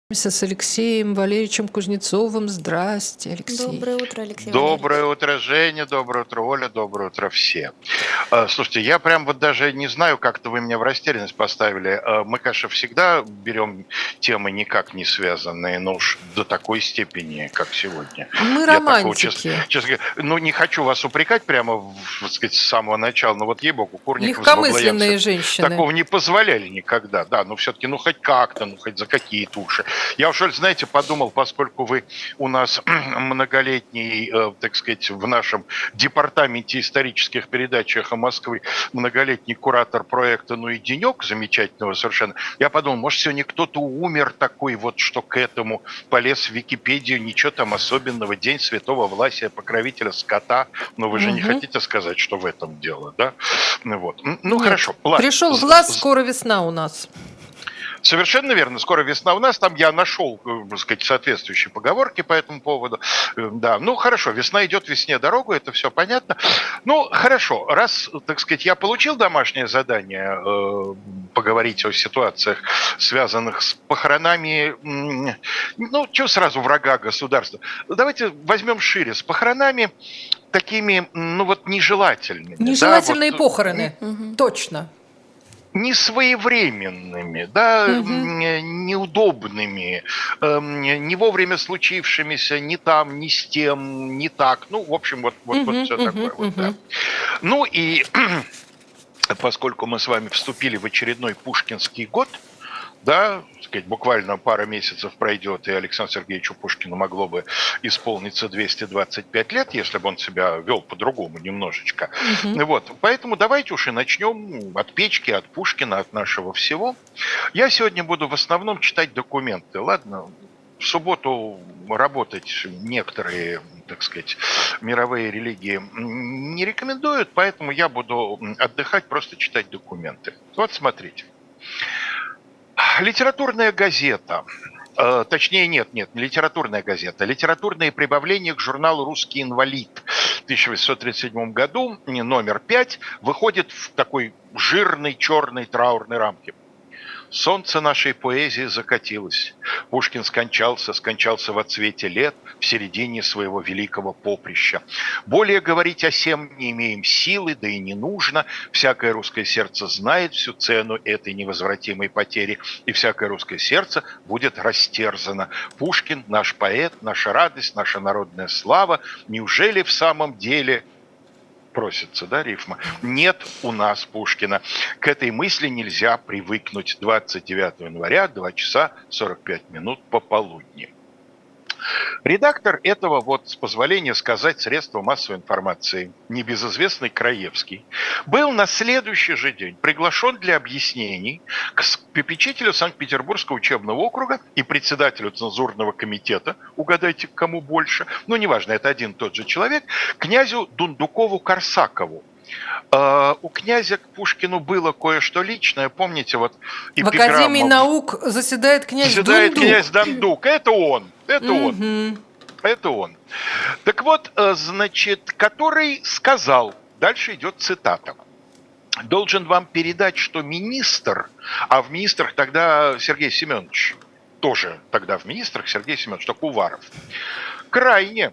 С Алексеем Валерьевичем Кузнецовым. Здрасте, Алексей. Доброе утро, Алексей Доброе Валерьевич. утро, Женя, доброе утро, Оля, доброе утро всем. Слушайте, я прям вот даже не знаю, как-то вы меня в растерянность поставили. Мы, конечно, всегда берем темы никак не связанные, но уж до такой степени, как сегодня. Мы Я такого, романтики. честно говоря, не хочу вас упрекать прямо, так сказать, с самого начала, но вот ей-богу, Курников, Легкомысленные женщины. такого не позволяли никогда. Да, ну все-таки, хоть как-то, хоть за какие-то уши. Я уж, знаете, подумал, поскольку вы у нас многолетний, так сказать, в нашем департаменте исторических передач «Эхо Москвы» многолетний куратор проекта «Ну и денек», замечательного совершенно, я подумал, может, сегодня кто-то умер такой вот, что к этому полез в Википедию, ничего там особенного, День Святого Власия, покровителя скота, но вы же не хотите сказать, что в этом дело, да? Вот. Ну, Нет. хорошо. Ладно. Пришел Влас, скоро весна у нас. Совершенно верно. Скоро весна у нас. Там я нашел, так сказать, соответствующие поговорки по этому поводу. Да, ну хорошо, весна идет весне дорогу, это все понятно. Ну хорошо, раз, так сказать, я получил домашнее задание поговорить о ситуациях, связанных с похоронами, ну, что сразу врага государства. Давайте возьмем шире, с похоронами такими, ну вот, нежелательными. Нежелательные да, похороны, точно. Несвоевременными, да, неудобными, не вовремя случившимися, ни там, ни с тем, не так. Ну, в общем, вот все такое. Вот, да. Ну и поскольку мы с вами вступили в очередной пушкинский год, да, сказать, буквально пара месяцев пройдет, и Александру Сергеевичу Пушкину могло бы исполниться 225 лет, если бы он себя вел по-другому немножечко. Вот, поэтому давайте уж и начнем от печки, от Пушкина, от нашего всего. Я сегодня буду в основном читать документы, ладно? В субботу работать некоторые, так сказать, мировые религии не рекомендуют, поэтому я буду отдыхать, просто читать документы. Вот смотрите. Литературная газета, точнее не литературная газета, литературные прибавления к журналу «Русский инвалид» в 1837 году, номер 5, выходит в такой жирной черной траурной рамке. Солнце нашей поэзии закатилось. Пушкин скончался в отцвете лет, в середине своего великого поприща. Более говорить о сем не имеем силы, да и не нужно. Всякое русское сердце знает всю цену этой невозвратимой потери, и всякое русское сердце будет растерзано. Пушкин, наш поэт, наша радость, наша народная слава. Неужели в самом деле... Просится, да, рифма? Нет у нас Пушкина. К этой мысли нельзя привыкнуть. 29 января, 2 часа 45 минут пополудни. Редактор этого, вот, с позволения сказать, средства массовой информации, небезызвестный Краевский, был на следующий же день приглашен для объяснений к попечителю Санкт-Петербургского учебного округа и председателю цензурного комитета, угадайте, кому больше, ну, неважно, это один и тот же человек, князю Дундукову-Корсакову. У князя к Пушкину было кое-что личное. Помните, вот в Академии наук заседает князь Дундук. Заседает князь Дундук. Это он. Это он. Это он. Так вот, значит, который сказал, дальше идет цитата. Должен вам передать, что министр, а в министрах тогда Сергей Семенович, тоже тогда в министрах Сергей Семенович, только Уваров, крайне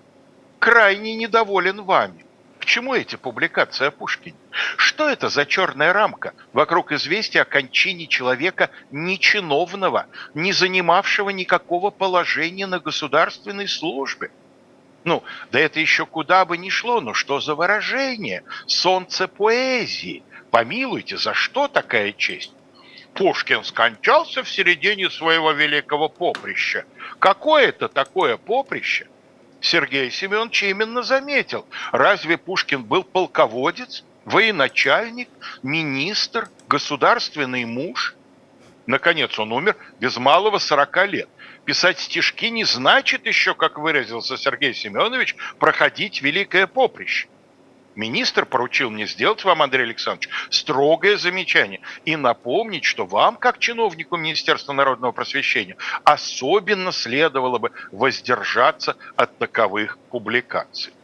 недоволен вами. К чему эти публикации о Пушкине? Что это за черная рамка вокруг известия о кончине человека нечиновного, не занимавшего никакого положения на государственной службе? Ну, да это еще куда бы ни шло, но что за выражение? Солнце поэзии. Помилуйте, за что такая честь? Пушкин скончался в середине своего великого поприща. Какое это такое поприще? Сергей Семенович именно заметил. Разве Пушкин был полководец, военачальник, министр, государственный муж? Наконец он умер без малого 40 лет. Писать стишки не значит еще, как выразился Сергей Семенович, проходить великое поприще. Министр поручил мне сделать вам, Андрей Александрович, строгое замечание и напомнить, что вам, как чиновнику Министерства народного просвещения, особенно следовало бы воздержаться от таковых публикаций.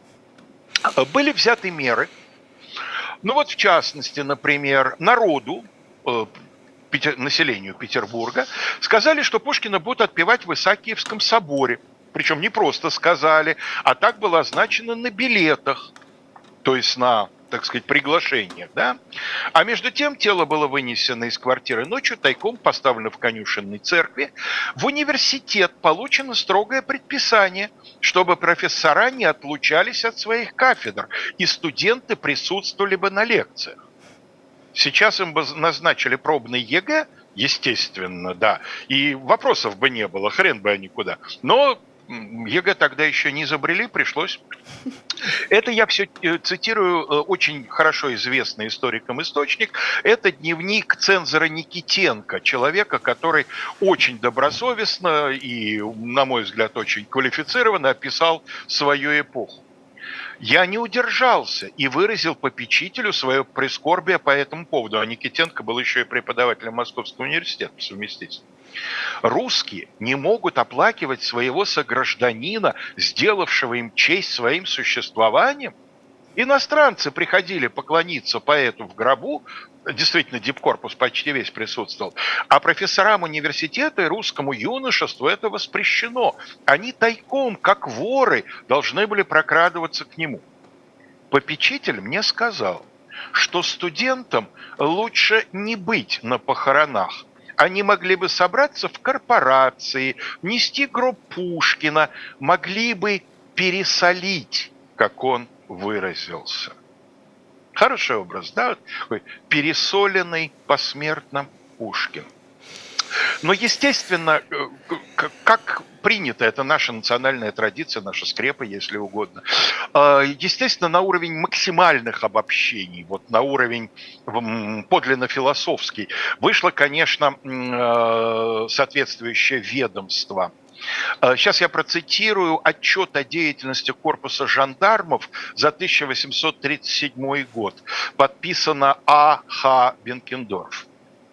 Были взяты меры. Ну вот, в частности, например, народу населению Петербурга, сказали, что Пушкина будут отпевать в Исаакиевском соборе. Причем не просто сказали, а так было означено на билетах, то есть на, так сказать, приглашениях, да? А между тем тело было вынесено из квартиры ночью, тайком поставлено в конюшенной церкви. В университет получено строгое предписание, чтобы профессора не отлучались от своих кафедр, и студенты присутствовали бы на лекциях. Сейчас им бы назначили пробный ЕГЭ, естественно, да, и вопросов бы не было, хрен бы они куда. Но ЕГЭ тогда еще не изобрели, пришлось. Это я все цитирую очень хорошо известный историкам источник. Это дневник цензора Никитенко, человека, который очень добросовестно и, на мой взгляд, очень квалифицированно описал свою эпоху. Я не удержался и выразил попечителю свое прискорбие по этому поводу. А Никитенко был еще и преподавателем Московского университета по совместительству. Русские не могут оплакивать своего согражданина, сделавшего им честь своим существованием. Иностранцы приходили поклониться поэту в гробу, действительно, дипкорпус почти весь присутствовал, а профессорам университета и русскому юношеству это воспрещено. Они тайком, как воры, должны были прокрадываться к нему. Попечитель мне сказал, что студентам лучше не быть на похоронах. Они могли бы собраться в корпорации, нести гроб Пушкина, могли бы пересолить, как он выразился. Хороший образ, да? Такой пересоленный посмертно Пушкин. Но, естественно, как принято, это наша национальная традиция, наша скрепа, если угодно. Естественно, на уровень максимальных обобщений, вот на уровень подлинно философский, вышло, конечно, соответствующее ведомство. Сейчас я процитирую отчет о деятельности корпуса жандармов за 1837 год. Подписано А.Х. Бенкендорф.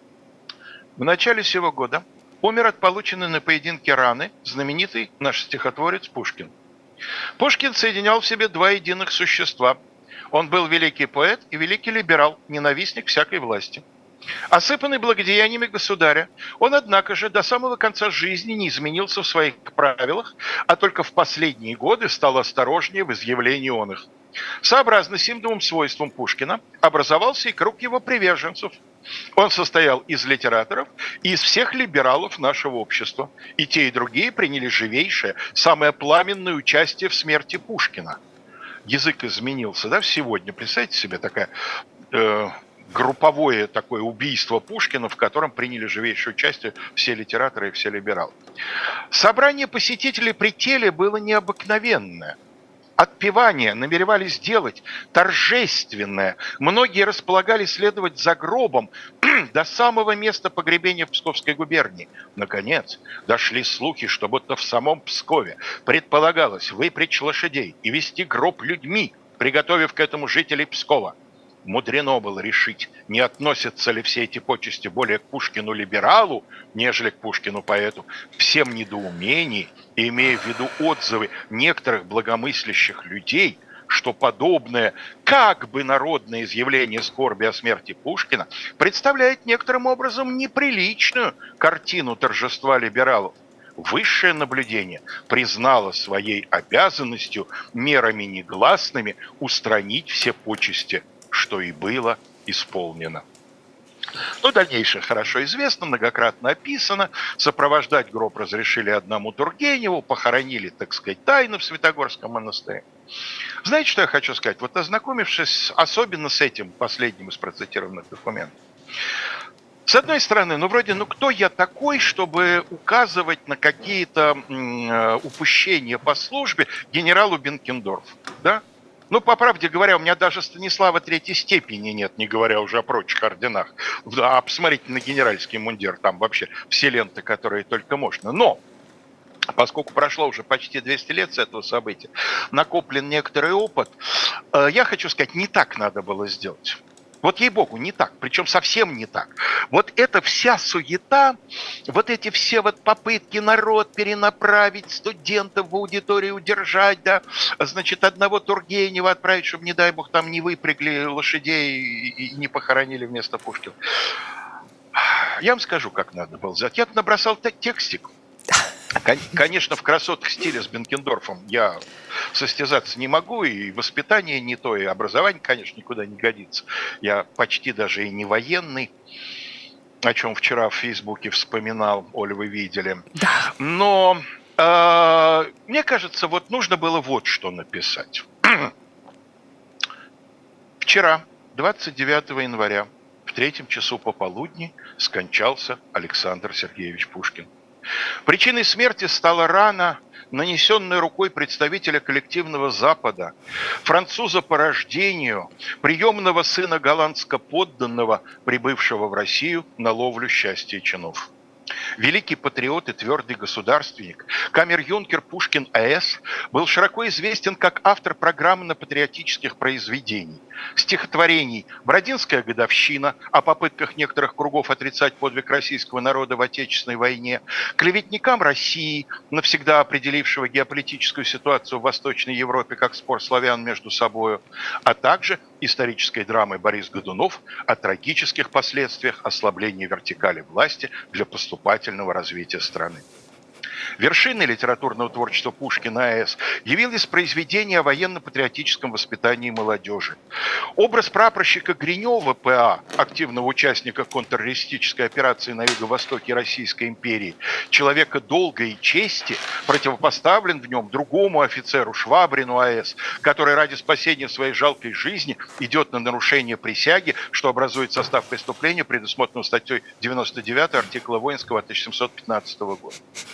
В начале сего года умер от полученной на поединке раны знаменитый наш стихотворец Пушкин. Пушкин соединял в себе два единых существа. Он был великий поэт и великий либерал, ненавистник всякой власти. Осыпанный благодеяниями государя, он, однако же, до самого конца жизни не изменился в своих правилах, а только в последние годы стал осторожнее в изъявлении он их. Сообразно сим двум свойствам Пушкина образовался и круг его приверженцев. Он состоял из литераторов и из всех либералов нашего общества. И те, и другие приняли живейшее, самое пламенное участие в смерти Пушкина. Язык изменился, да, сегодня. Представьте себе такая... групповое такое убийство Пушкина, в котором приняли живейшее участие все литераторы и все либералы. Собрание посетителей при теле было необыкновенное. Отпевание намеревались сделать торжественное. Многие располагали следовать за гробом до самого места погребения в Псковской губернии. Наконец, дошли слухи, что будто в самом Пскове предполагалось выпрячь лошадей и вести гроб людьми, приготовив к этому жителей Пскова. Мудрено было решить, не относятся ли все эти почести более к Пушкину-либералу, нежели к Пушкину-поэту, всем недоумении, и имея в виду отзывы некоторых благомыслящих людей, что подобное как бы народное изъявление скорби о смерти Пушкина представляет некоторым образом неприличную картину торжества либералов. Высшее наблюдение признало своей обязанностью мерами негласными устранить все почести, что и было исполнено. Но дальнейшее хорошо известно, многократно описано. Сопровождать гроб разрешили одному Тургеневу, похоронили, так сказать, тайно в Святогорском монастыре. Знаете, что я хочу сказать? Вот ознакомившись особенно с этим последним из процитированных документов, с одной стороны, кто я такой, чтобы указывать на какие-то упущения по службе генералу Бенкендорфу, да? По правде говоря, у меня даже Станислава третьей степени нет, не говоря уже о прочих орденах. А посмотрите на генеральский мундир, там вообще все ленты, которые только можно. Но, поскольку прошло уже почти 200 лет с этого события, накоплен некоторый опыт, я хочу сказать, не так надо было сделать. Вот ей-богу, не так, причем совсем не так. Вот эта вся суета, вот эти все вот попытки народ перенаправить, студентов в аудитории удержать, да, значит, одного Тургенева отправить, чтобы, не дай бог, там не выпрягли лошадей и не похоронили вместо Пушкина. Я вам скажу, как надо было сделать. Я набросал текстик. Конечно, в красотах стиля с Бенкендорфом я состязаться не могу, и воспитание не то, и образование, конечно, никуда не годится. Я почти даже и не военный, о чем вчера в Фейсбуке вспоминал, Оля, вы видели. Да. Но мне кажется, вот нужно было вот что написать. Вчера, 29 января, в 3 часу пополудни скончался Александр Сергеевич Пушкин. Причиной смерти стала рана, нанесенная рукой представителя коллективного Запада, француза по рождению, приемного сына голландско-подданного, прибывшего в Россию на ловлю счастья и чинов. Великий патриот и твердый государственник, камер-юнкер Пушкин А.С. был широко известен как автор программно-патриотических произведений, стихотворений «Бородинская годовщина» о попытках некоторых кругов отрицать подвиг российского народа в Отечественной войне, клеветникам России, навсегда определившего геополитическую ситуацию в Восточной Европе как спор славян между собою, а также исторической драмы Борис Годунов о трагических последствиях ослабления вертикали власти для поступательного развития страны. Вершиной литературного творчества Пушкина А.С. явилось произведение о военно-патриотическом воспитании молодежи. Образ прапорщика Гринева П.А., активного участника контртеррористической операции на юго-востоке Российской империи, человека долга и чести, противопоставлен в нем другому офицеру Швабрину А.С., который ради спасения своей жалкой жизни идет на нарушение присяги, что образует состав преступления, предусмотренного статьей 99 артикла Воинского 1715 года.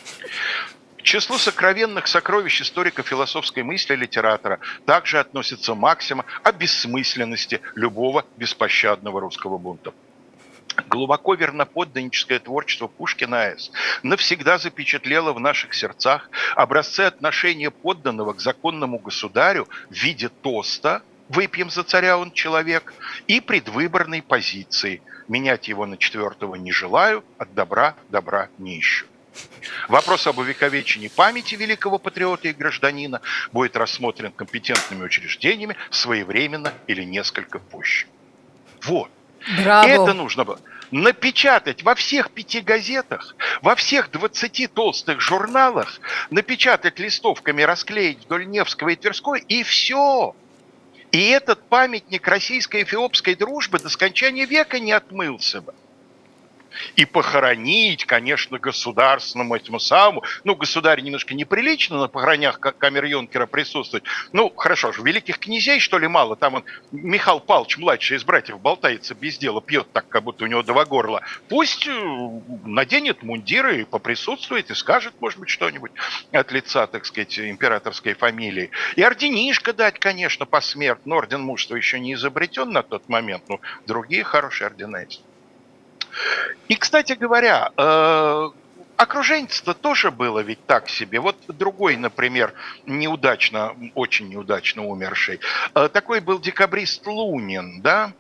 К числу сокровенных сокровищ историко-философской мысли литератора также относится максима о бессмысленности любого беспощадного русского бунта. Глубоко верноподданническое творчество Пушкина А.С. навсегда запечатлело в наших сердцах образцы отношения подданного к законному государю в виде тоста «Выпьем за царя, он человек» и предвыборной позиции «Менять его на четвертого не желаю, от добра добра не ищу». Вопрос об увековечении памяти великого патриота и гражданина будет рассмотрен компетентными учреждениями своевременно или несколько позже. Вот. Браво. Это нужно было напечатать во всех 5 газетах, во всех 20 толстых журналах, напечатать листовками, расклеить вдоль Невского и Тверской, и все. И этот памятник российско-эфиопской дружбы до скончания века не отмылся бы. И похоронить, конечно, государственному этому самому. Ну, государь немножко неприлично на похоронях камер-юнкера присутствовать. Ну, хорошо же, великих князей, что ли, мало? Там он, Михаил Павлович, младший из братьев, болтается без дела, пьет так, как будто у него два горла. Пусть наденет мундиры и поприсутствует, и скажет, может быть, что-нибудь от лица, так сказать, императорской фамилии. И орденишко дать, конечно, посмертно. Орден мужества еще не изобретен на тот момент, но другие хорошие ордена есть. И, кстати говоря, окруженец-то тоже было ведь так себе. Вот другой, например, неудачно, очень неудачно умерший, такой был декабрист Лунин, да?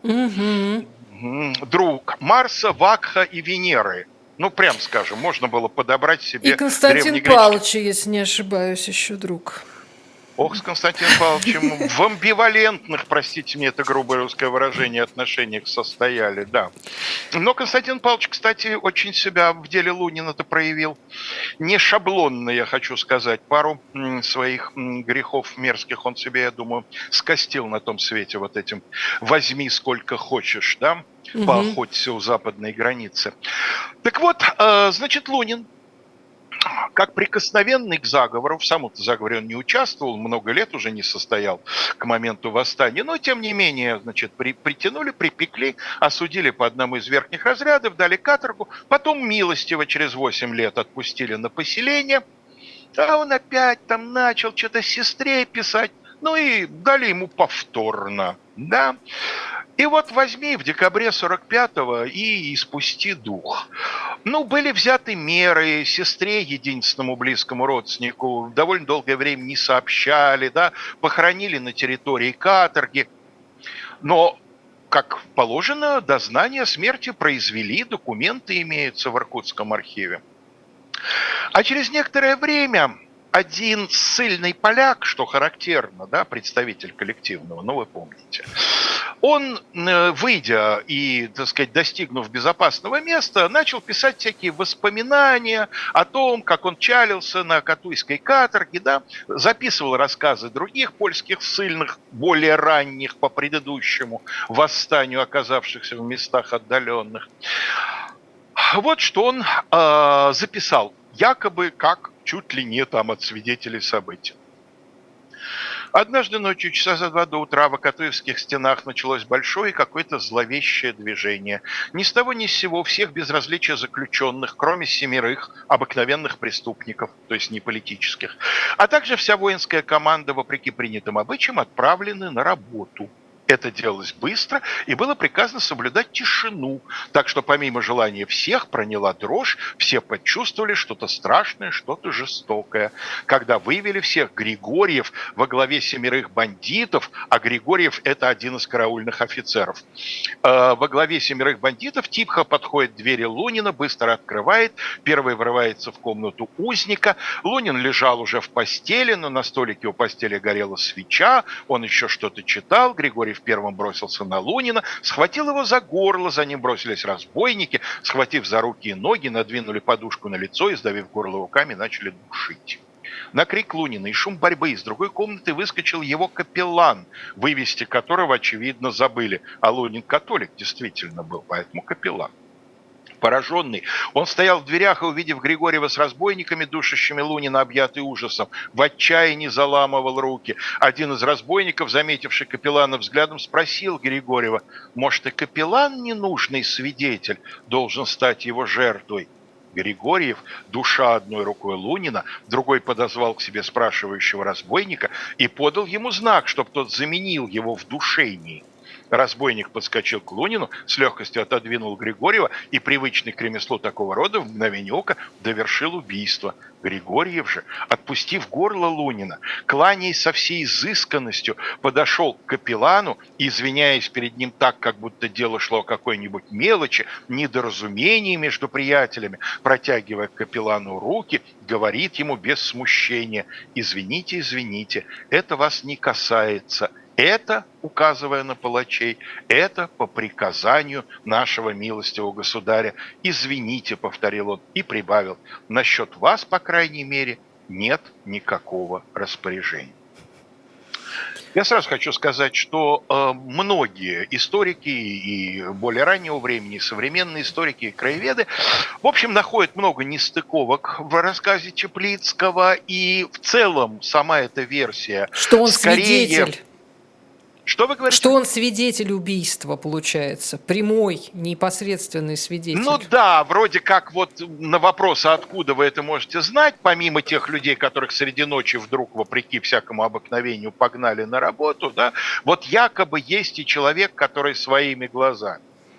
Друг Марса, Вакха и Венеры. Ну, прям скажем, можно было подобрать себе... И Константин Павлович, если не ошибаюсь, еще друг. Ох, с Константином Павловичем в амбивалентных, простите мне это грубое русское выражение, отношениях состояли, да. Но Константин Павлович, кстати, очень себя в деле Лунина-то проявил. Не шаблонно, я хочу сказать. Пару своих грехов мерзких он себе, я думаю, скостил на том свете вот этим «возьми сколько хочешь», да, поохоться у западной границы. Так вот, значит, Лунин, как прикосновенный к заговору, в самом заговоре он не участвовал, много лет уже не состоял к моменту восстания, но тем не менее, значит, притянули, припекли, осудили по одному из верхних разрядов, дали каторгу, потом милостиво через 8 лет отпустили на поселение, а он опять там начал что-то сестре писать, ну и дали ему повторно, да. И вот возьми в декабре 45-го и испусти дух. Ну, были взяты меры, сестре, единственному близкому родственнику, довольно долгое время не сообщали, да, похоронили на территории каторги. Но, как положено, дознание о смерти произвели, документы имеются в Иркутском архиве. А через некоторое время один ссыльный поляк, что характерно, да, представитель коллективного, ну вы помните, Он, выйдя и, так сказать, достигнув безопасного места, начал писать всякие воспоминания о том, как он чалился на Катуйской каторге, да, записывал рассказы других польских ссыльных, более ранних по предыдущему восстанию, оказавшихся в местах отдаленных. Вот что он записал, якобы как чуть ли не там от свидетелей событий. Однажды ночью, часа за 2 до утра, в Акатуевских стенах началось большое какое-то зловещее движение. Ни с того ни с сего всех без различия заключенных, кроме 7 обыкновенных преступников, то есть не политических, а также вся воинская команда, вопреки принятым обычаям, отправлены на работу. Это делалось быстро, и было приказано соблюдать тишину, так что помимо желания всех проняла дрожь, все почувствовали что-то страшное, что-то жестокое. Когда вывели всех, Григорьев во главе 7 бандитов, а Григорьев – это один из караульных офицеров, во главе 7 бандитов тихо подходит к двери Лунина, быстро открывает, первый врывается в комнату узника. Лунин лежал уже в постели, но на столике у постели горела свеча, он еще что-то читал. Григорьев первым бросился на Лунина, схватил его за горло, за ним бросились разбойники, схватив за руки и ноги, надвинули подушку на лицо и, сдавив горло руками, начали душить. На крик Лунина и шум борьбы из другой комнаты выскочил его капеллан, вывести которого, очевидно, забыли. А Лунин католик действительно был, поэтому капеллан. Пораженный, он стоял в дверях и, увидев Григорьева с разбойниками, душащими Лунина, объятый ужасом, в отчаянии заламывал руки. Один из разбойников, заметивший капеллана взглядом, спросил Григорьева: «Может, и капеллан ненужный свидетель должен стать его жертвой?» Григорьев, душа одной рукой Лунина, другой подозвал к себе спрашивающего разбойника и подал ему знак, чтобы тот заменил его в душении. Разбойник подскочил к Лунину, с легкостью отодвинул Григорьева и, привычный к ремеслу такого рода, в мгновение ока довершил убийство. Григорьев же, отпустив горло Лунина, кланяясь со всей изысканностью, подошел к капеллану и, извиняясь перед ним так, как будто дело шло о какой-нибудь мелочи, недоразумении между приятелями, протягивая к капеллану руки, говорит ему без смущения: «Извините, извините, это вас не касается». Это, указывая на палачей, это по приказанию нашего милостивого государя. «Извините», — повторил он и прибавил: «насчет вас, по крайней мере, нет никакого распоряжения». Я сразу хочу сказать, что многие историки и более раннего времени, современные историки и краеведы, в общем, находят много нестыковок в рассказе Чаплицкого, и в целом сама эта версия Что он скорее... свидетель. Что вы говорите? Что он свидетель убийства, получается. Прямой, непосредственный свидетель. Ну да, вроде как вот на вопрос, а откуда вы это можете знать, помимо тех людей, которых среди ночи вдруг, вопреки всякому обыкновению, погнали на работу, да, вот якобы есть и человек, который своими глазами.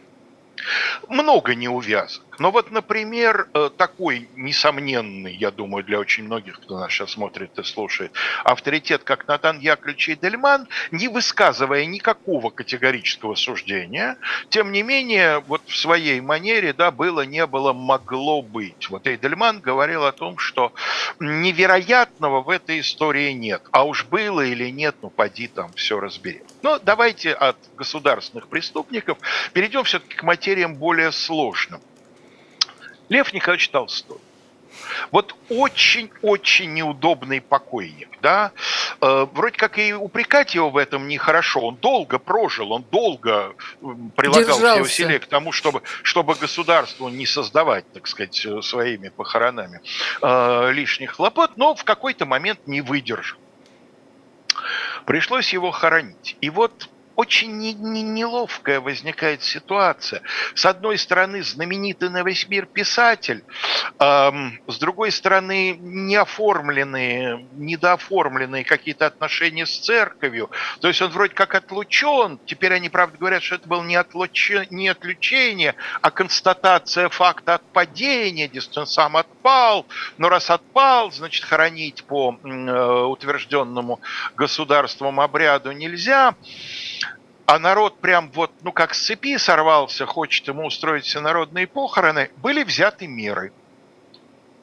Много неувязок. Но вот, например, такой несомненный, я думаю, для очень многих, кто нас сейчас смотрит и слушает, авторитет, как Натан Яковлевич Эйдельман, не высказывая никакого категорического суждения, тем не менее, вот в своей манере, да, было, не было, могло быть. Вот Эйдельман говорил о том, что невероятного в этой истории нет. А уж было или нет, ну, поди там, все разбери. Но давайте от государственных преступников перейдем все-таки к материям более сложным. Лев Николаевич Толстой. Вот очень-очень неудобный покойник, да. Вроде как и упрекать его в этом нехорошо. Он долго прожил, он долго прилагал все усилия к тому, чтобы государству не создавать, так сказать, своими похоронами лишних хлопот, но в какой-то момент не выдержал. Пришлось его хоронить. И вот очень неловкая возникает ситуация. С одной стороны, знаменитый на весь мир писатель, с другой стороны, неоформленные, недооформленные какие-то отношения с церковью. То есть он вроде как отлучен. Теперь они, правда, говорят, что это было не отлучение, а констатация факта отпадения. Действительно, сам отпал. Но раз отпал, значит, хоронить по утвержденному государством обряду нельзя. А народ прям вот, ну как с цепи сорвался, хочет ему устроить всенародные похороны, были взяты меры.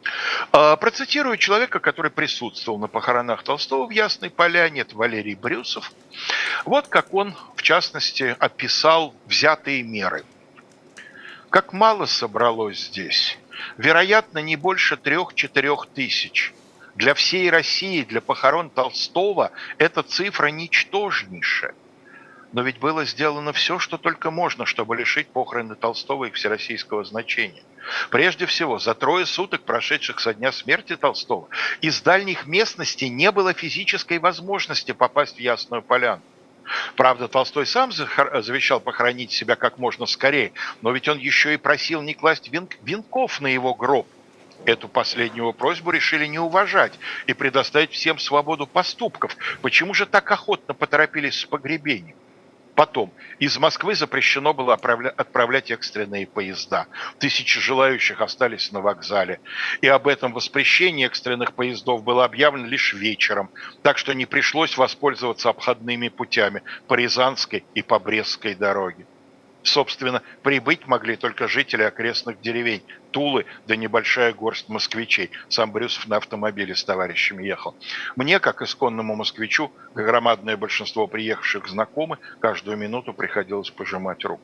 Процитирую человека, который присутствовал на похоронах Толстого в Ясной Поляне, это Валерий Брюсов. Вот как он, в частности, описал взятые меры. Как мало собралось здесь. Вероятно, не больше 3-4 тысяч. Для всей России, для похорон Толстого, эта цифра ничтожнейшая. Но ведь было сделано все, что только можно, чтобы лишить похороны Толстого их всероссийского значения. Прежде всего, за 3 суток, прошедших со дня смерти Толстого, из дальних местностей не было физической возможности попасть в Ясную Поляну. Правда, Толстой сам завещал похоронить себя как можно скорее, но ведь он еще и просил не класть венков на его гроб. Эту последнюю просьбу решили не уважать и предоставить всем свободу поступков. Почему же так охотно поторопились с погребением? Потом, из Москвы запрещено было отправлять экстренные поезда. Тысячи желающих остались на вокзале. И об этом воспрещении экстренных поездов было объявлено лишь вечером. Так что не пришлось воспользоваться обходными путями по Рязанской и по Брестской дороге. Собственно, прибыть могли только жители окрестных деревень, Тулы да небольшая горсть москвичей. Сам Брюсов на автомобиле с товарищами ехал. Мне, как исконному москвичу, громадное большинство приехавших знакомых, каждую минуту приходилось пожимать руку.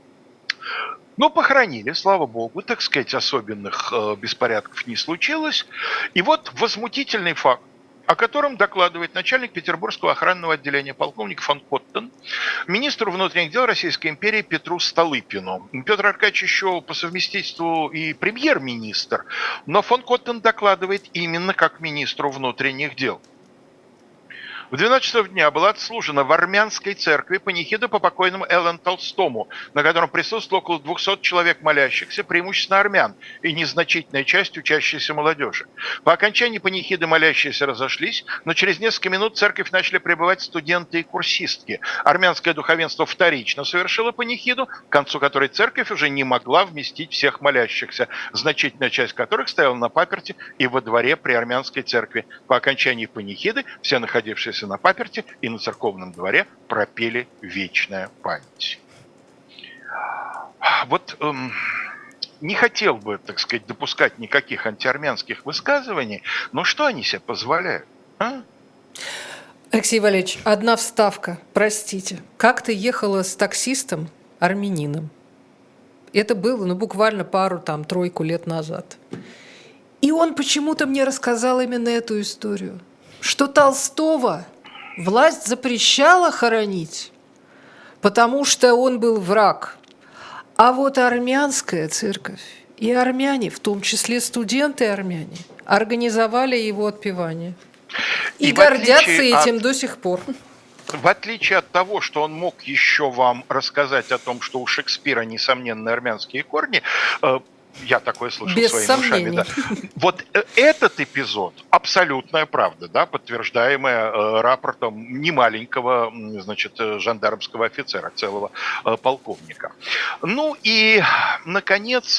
Но похоронили, слава богу, так сказать, особенных беспорядков не случилось. И вот возмутительный факт, о котором докладывает начальник Петербургского охранного отделения полковник фон Коттен министру внутренних дел Российской империи Петру Столыпину. Петр Аркадьевич еще по совместительству и премьер-министр, но фон Коттен докладывает именно как министру внутренних дел. В 12 часов дня была отслужена в армянской церкви панихида по покойному Л.Н. Толстому, на котором присутствовало около 200 человек молящихся, преимущественно армян, и незначительная часть учащейся молодежи. По окончании панихиды молящиеся разошлись, но через несколько минут в церковь начали прибывать студенты и курсистки. Армянское духовенство вторично совершило панихиду, к концу которой церковь уже не могла вместить всех молящихся, значительная часть которых стояла на паперти и во дворе при армянской церкви. По окончании панихиды все находившиеся на паперти и на церковном дворе пропели «Вечная память». Вот не хотел бы, так сказать, допускать никаких антиармянских высказываний, но что они себе позволяют? А? Алексей Валерьевич, одна вставка, простите. Как ты ехала с таксистом армянином? Это было, буквально пару-тройку лет назад. И он почему-то мне рассказал именно эту историю. Что Толстого власть запрещала хоронить, потому что он был враг. А вот армянская церковь и армяне, в том числе студенты армяне, организовали его отпевание. И гордятся этим до сих пор. В отличие от того, что он мог еще вам рассказать о том, что у Шекспира несомненно армянские корни, я такое слышал без своими сомнений. ушами. Да. Вот этот эпизод абсолютная правда, да, подтверждаемая рапортом немаленького, значит, жандармского офицера, целого полковника. Ну и, наконец,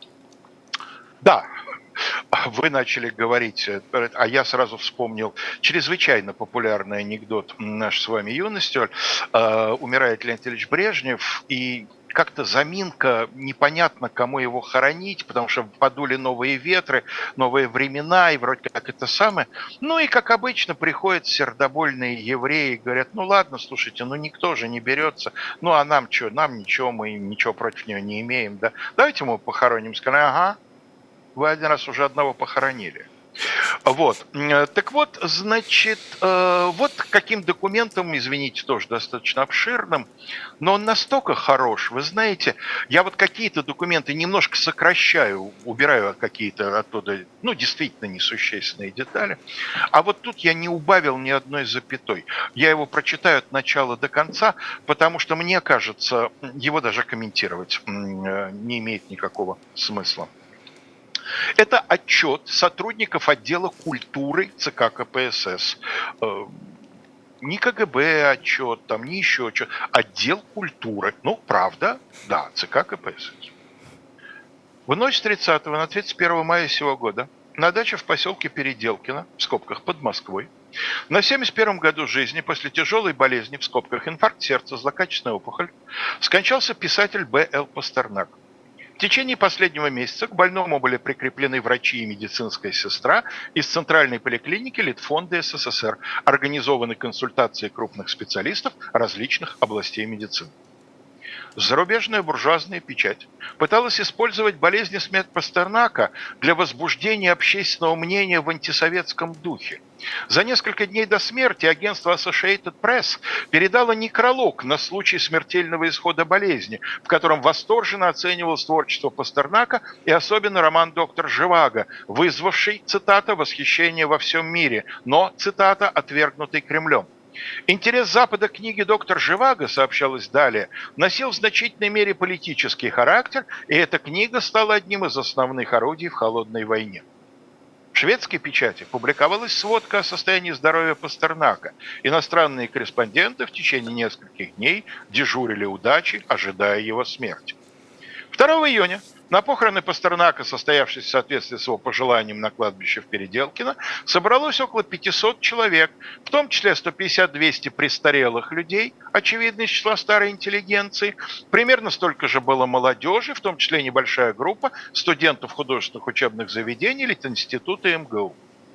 да, вы начали говорить, а я сразу вспомнил чрезвычайно популярный анекдот нашей с вами юности. Умирает Леонид Ильич Брежнев, и как-то заминка, непонятно, кому его хоронить, потому что подули новые ветры, новые времена, и вроде как это самое. Ну и, как обычно, приходят сердобольные евреи и говорят, ну ладно, слушайте, никто же не берется, а нам что, нам ничего, мы ничего против него не имеем, да? Давайте мы его похороним. Сказали, ага, вы один раз уже одного похоронили. Вот. Так вот, значит, вот каким документом, извините, тоже достаточно обширным, но он настолько хорош, вы знаете, я вот какие-то документы немножко сокращаю, убираю какие-то оттуда, действительно несущественные детали, а вот тут я не убавил ни одной запятой. Я его прочитаю от начала до конца, потому что, мне кажется, его даже комментировать не имеет никакого смысла. Это отчет сотрудников отдела культуры ЦК КПСС. Не КГБ отчет, не еще что. Отдел культуры. Правда, да, ЦК КПСС. В ночь с 30 на 31 мая сего года на даче в поселке Переделкино, в скобках под Москвой, на 71 году жизни после тяжелой болезни, в скобках инфаркт сердца, злокачественная опухоль, скончался писатель Б.Л. Пастернак. В течение последнего месяца к больному были прикреплены врачи и медицинская сестра из Центральной поликлиники Литфонда СССР. Организованы консультации крупных специалистов различных областей медицины. Зарубежная буржуазная печать пыталась использовать болезни смерть Пастернака для возбуждения общественного мнения в антисоветском духе. За несколько дней до смерти агентство Associated Press передало некролог на случай смертельного исхода болезни, в котором восторженно оценивалось творчество Пастернака и особенно роман «Доктор Живаго», вызвавший, цитата, «восхищение во всем мире», но, цитата, «отвергнутый Кремлем». Интерес Запада к книге «Доктор Живаго», сообщалось далее, носил в значительной мере политический характер, и эта книга стала одним из основных орудий в холодной войне. В шведской печати публиковалась сводка о состоянии здоровья Пастернака. Иностранные корреспонденты в течение нескольких дней дежурили у дачи, ожидая его смерти. 2 июня на похороны Пастернака, состоявшиеся в соответствии с его пожеланием на кладбище в Переделкино, собралось около 500 человек, в том числе 150-200 престарелых людей, очевидно, из числа старой интеллигенции. Примерно столько же было молодежи, в том числе небольшая группа студентов художественных учебных заведений Литинститута МГУ.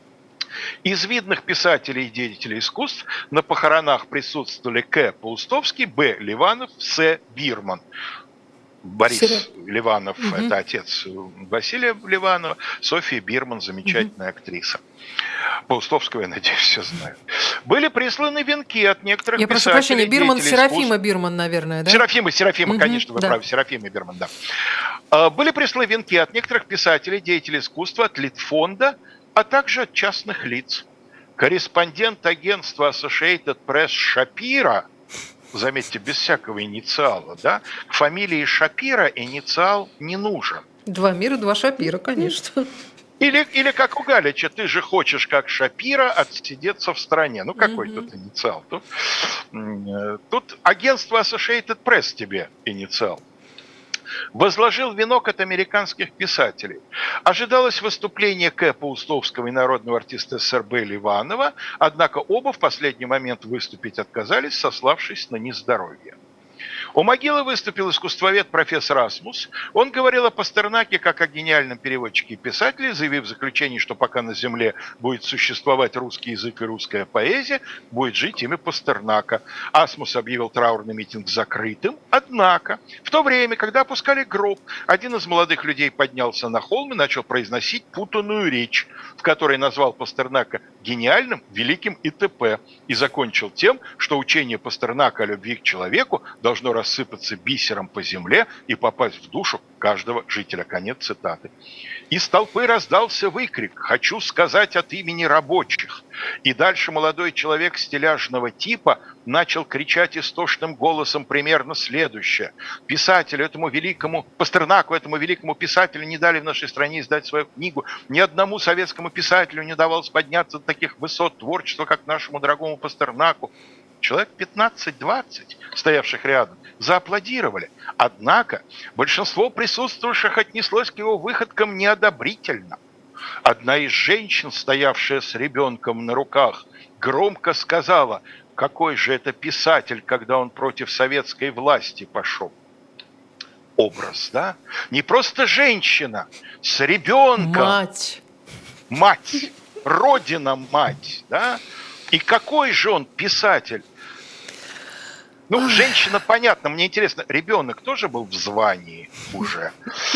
Из видных писателей и деятелей искусств на похоронах присутствовали К. Паустовский, Б. Ливанов, С. Бирман. Борис Ливанов, это отец Василия Ливанова, Софья Бирман, замечательная актриса. Паустовского, я надеюсь, все знают. Были присланы венки от некоторых писателей. Я прошу прощения, Бирман, Серафима Бирман, наверное, да? Серафима, конечно, вы правы, Серафима Бирман, да. Были присланы венки от некоторых писателей, деятелей искусства, от Литфонда, а также от частных лиц. Корреспондент агентства Associated Press Шапира, заметьте, без всякого инициала, да, к фамилии Шапира инициал не нужен. 2 мира, 2 Шапира, конечно. Или как у Галича, ты же хочешь, как Шапира, отсидеться в стране. Ну, какой тут инициал? Тут агентство Associated Press тебе инициал. Возложил венок от американских писателей. Ожидалось выступление К. Паустовского и народного артиста СССР Б. Ливанова, однако оба в последний момент выступить отказались, сославшись на нездоровье. У могилы выступил искусствовед профессор Асмус. Он говорил о Пастернаке как о гениальном переводчике и писателе, заявив в заключении, что пока на земле будет существовать русский язык и русская поэзия, будет жить имя Пастернака. Асмус объявил траурный митинг закрытым. Однако, в то время, когда опускали гроб, один из молодых людей поднялся на холм и начал произносить путанную речь, в которой назвал Пастернака гениальным, великим и т.п. и закончил тем, что учение Пастернака о любви к человеку должно рассыпаться бисером по земле и попасть в душу каждого жителя. Конец цитаты. Из толпы раздался выкрик «Хочу сказать от имени рабочих». И дальше молодой человек стиляжного типа начал кричать истошным голосом примерно следующее. Писателю, этому великому, Пастернаку, этому великому писателю не дали в нашей стране издать свою книгу. Ни одному советскому писателю не давалось подняться до таких высот творчества, как нашему дорогому Пастернаку. Человек 15-20, стоявших рядом, зааплодировали. Однако большинство присутствующих отнеслось к его выходкам неодобрительно. Одна из женщин, стоявшая с ребенком на руках, громко сказала, какой же это писатель, когда он против советской власти пошел. Образ, да? Не просто женщина, с ребенком. Мать. Родина-мать, да? И какой же он писатель? Ну, женщина, понятно, мне интересно, ребенок тоже был в звании уже?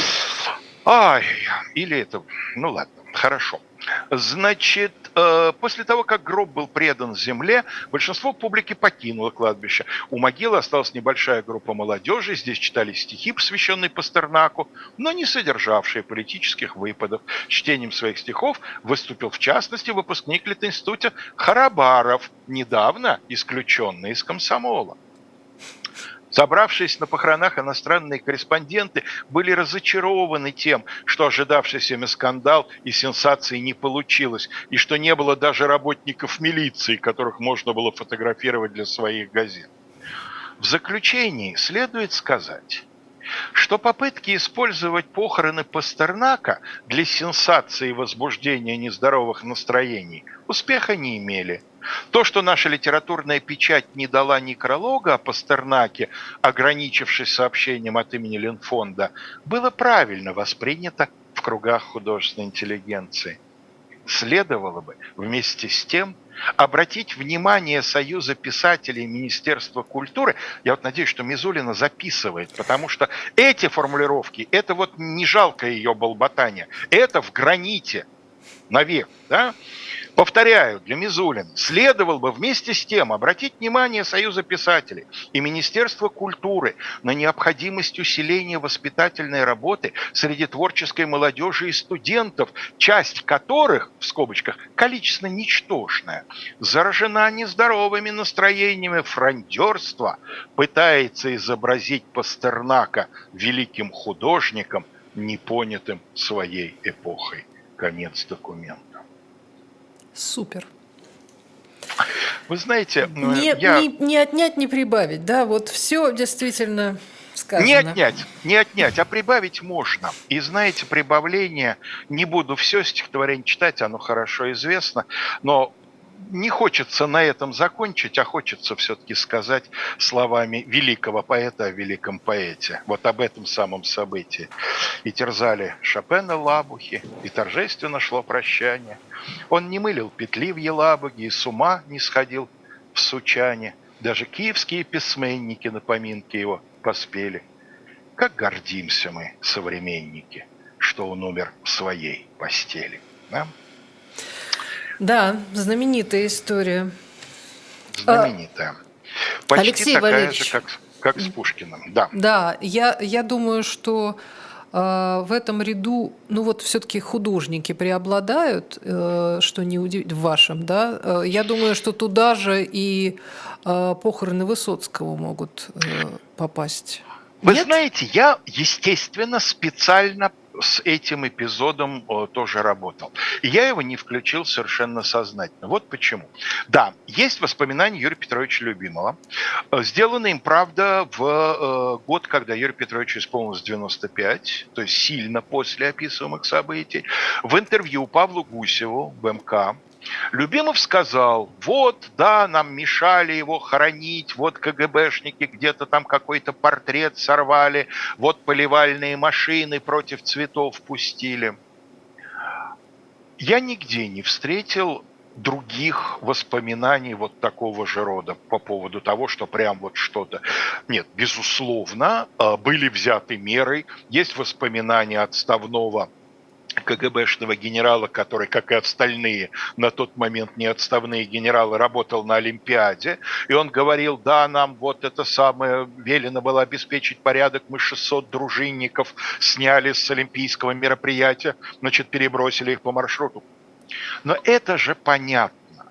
Или это... Ну, ладно, хорошо. Значит, после того, как гроб был предан земле, большинство публики покинуло кладбище. У могилы осталась небольшая группа молодежи, здесь читались стихи, посвященные Пастернаку, но не содержавшие политических выпадов. Чтением своих стихов выступил, в частности, выпускник Литинститута Харабаров, недавно исключенный из комсомола. Собравшись на похоронах, иностранные корреспонденты были разочарованы тем, что ожидавшийся ими скандал и сенсации не получилось, и что не было даже работников милиции, которых можно было фотографировать для своих газет. В заключении следует сказать, что попытки использовать похороны Пастернака для сенсации и возбуждения нездоровых настроений успеха не имели. То, что наша литературная печать не дала некролога о Пастернаке, ограничившись сообщением от имени Ленфонда, было правильно воспринято в кругах художественной интеллигенции. Следовало бы вместе с тем обратить внимание Союза писателей и Министерства культуры. Я вот надеюсь, что Мизулина записывает, потому что эти формулировки, это вот не жалкое ее болботание, это в граните навек, да? Повторяю, для Мизулина следовало бы вместе с тем обратить внимание Союза писателей и Министерства культуры на необходимость усиления воспитательной работы среди творческой молодежи и студентов, часть которых, в скобочках, количественно ничтожная, заражена нездоровыми настроениями фрондерства, пытается изобразить Пастернака великим художником, непонятым своей эпохой. Конец документа. Супер. Вы знаете, Не отнять, не прибавить, да, вот все действительно сказано. Не отнять, а прибавить можно. И знаете, прибавление, не буду все стихотворение читать, оно хорошо известно, но не хочется на этом закончить, а хочется все-таки сказать словами великого поэта о великом поэте. Вот об этом самом событии. И терзали Шопена лабухи, и торжественно шло прощание. Он не мылил петли в Елабуге и с ума не сходил в Сучане. Даже киевские письменники на поминки его поспели. Как гордимся мы, современники, что он умер в своей постели. Да? Да, знаменитая история. Знаменитая. Почти Алексей такая Валерьевич, же, как с Пушкиным. Да. Да, я думаю, что в этом ряду, ну вот все-таки художники преобладают, что не удивительно, в вашем, да. Я думаю, что туда же и похороны Высоцкого могут попасть. Вы Нет? знаете, я, естественно, специально с этим эпизодом тоже работал. И я его не включил совершенно сознательно. Вот почему. Да, есть воспоминания Юрия Петровича Любимого, сделанные им, правда, в год, когда Юрию Петровичу исполнилось 95, то есть сильно после описываемых событий. В интервью Павлу Гусеву в МК Любимов сказал: вот, да, нам мешали его хоронить, вот КГБшники где-то там какой-то портрет сорвали, вот поливальные машины против цветов пустили. Я нигде не встретил других воспоминаний вот такого же рода по поводу того, что прям вот что-то... Нет, безусловно, были взяты меры, есть воспоминания отставного КГБшного генерала, который, как и остальные на тот момент неотставные генералы, работал на Олимпиаде, и он говорил: да, нам вот это самое велено было обеспечить порядок, мы 600 дружинников сняли с олимпийского мероприятия, значит, перебросили их по маршруту. Но это же понятно.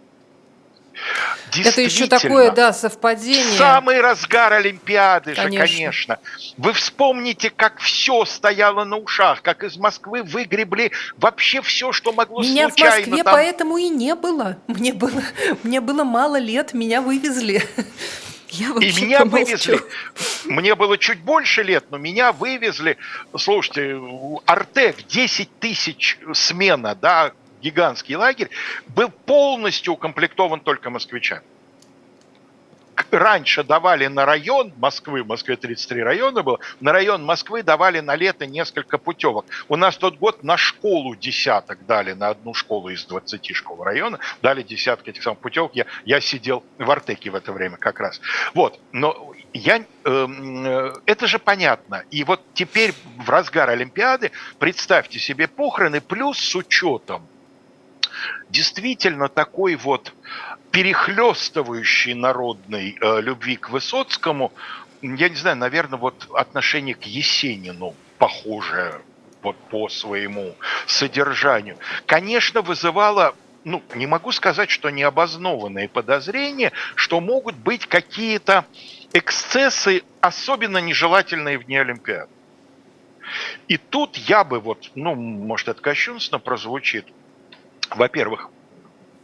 Это еще такое, да, совпадение. Самый разгар Олимпиады же, конечно. Вы вспомните, как все стояло на ушах, как из Москвы выгребли вообще все, что могло меня случайно. Меня в Москве там... поэтому и не было. Мне было мало лет, меня вывезли. И меня вывезли. Мне было чуть больше лет, но меня вывезли. Слушайте, Артек, 10 тысяч смена, да, гигантский лагерь, был полностью укомплектован только москвичами. Раньше давали на район Москвы, в Москве 33 района было, на район Москвы давали на лето несколько путевок. У нас тот год на школу десяток дали, на одну школу из 20 школ района, дали десятки этих самых путевок. Я сидел в Артеке в это время как раз. Вот, но это же понятно. И вот теперь в разгар Олимпиады представьте себе похороны, плюс с учетом действительно такой вот перехлестывающей народной любви к Высоцкому, я не знаю, наверное, вот отношение к Есенину похожее вот по своему содержанию, конечно, вызывало, ну, не могу сказать, что необоснованные подозрения, что могут быть какие-то эксцессы, особенно нежелательные вне Олимпиады. И тут я бы вот, ну, может, это кощунственно прозвучит, во-первых,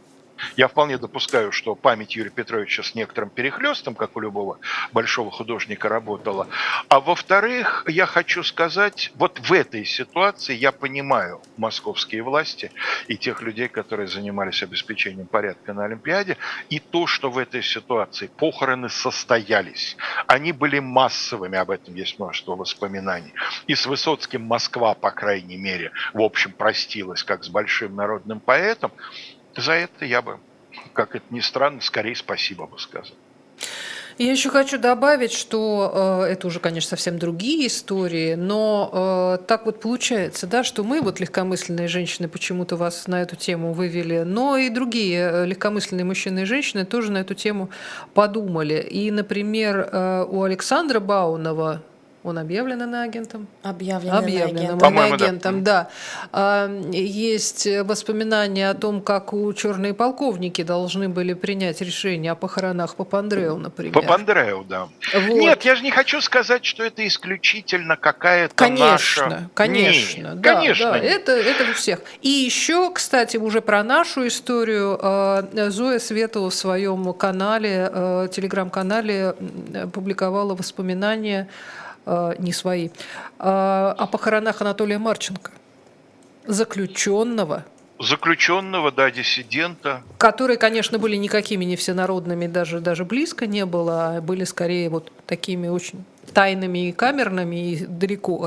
Я вполне допускаю, что память Юрия Петровича с некоторым перехлестом, как у любого большого художника, работала. А во-вторых, я хочу сказать, вот в этой ситуации я понимаю московские власти и тех людей, которые занимались обеспечением порядка на Олимпиаде, и то, что в этой ситуации похороны состоялись. Они были массовыми, об этом есть множество воспоминаний. И с Высоцким Москва, по крайней мере, в общем, простилась как с большим народным поэтом. За это я бы, как это ни странно, скорее спасибо бы сказал. Я еще хочу добавить, что это уже, конечно, совсем другие истории, но так вот получается, да, что мы, вот легкомысленные женщины, почему-то вас на эту тему вывели, но и другие легкомысленные мужчины и женщины тоже на эту тему подумали. И, например, у Александра Баунова, он объявлен иноагентом? Объявлен иноагентом, да. Есть воспоминания о том, как черные полковники должны были принять решение о похоронах Папандреу, например. Папандреу, да. Вот. Нет, я же не хочу сказать, что это исключительно какая-то наша... Конечно. Нет, да, конечно. Да, это у всех. И еще, кстати, уже про нашу историю Зоя Светова в своем канале, телеграм-канале публиковала воспоминания не свои, о похоронах Анатолия Марченко, заключенного, да, диссидента. Которые, конечно, были никакими не всенародными, даже близко не было, а были скорее вот такими очень тайными и камерными, и далеко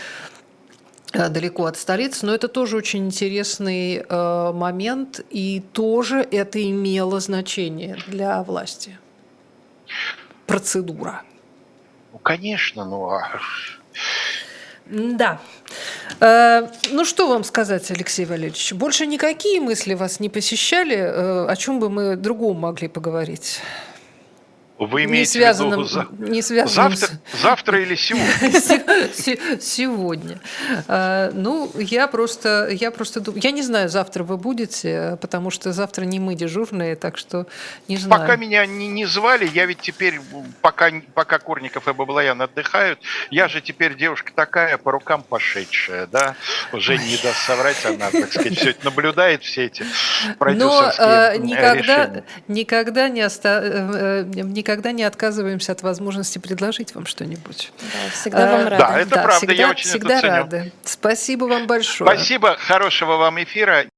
от столицы. Но это тоже очень интересный момент, и тоже это имело значение для власти. Процедура. Конечно, Да. Ну, что вам сказать, Алексей Валерьевич? Больше никакие мысли вас не посещали? О чем бы мы другом могли поговорить? Вы имеете в виду завтра или сегодня? Сегодня. Ну, я просто думаю, я не знаю, завтра вы будете, потому что завтра не мы дежурные, так что не знаю. Пока меня не звали, я ведь теперь, пока Курников и Баблоян отдыхают, я же теперь девушка такая, по рукам пошедшая, да? Уже не даст соврать, она, так сказать, все это наблюдает, все эти продюсерские решения. Никогда не отказываемся от возможности предложить вам что-нибудь. Да, всегда вам рады. Да, это правда, я очень это ценю. Всегда рады. Спасибо вам большое. Спасибо, хорошего вам эфира.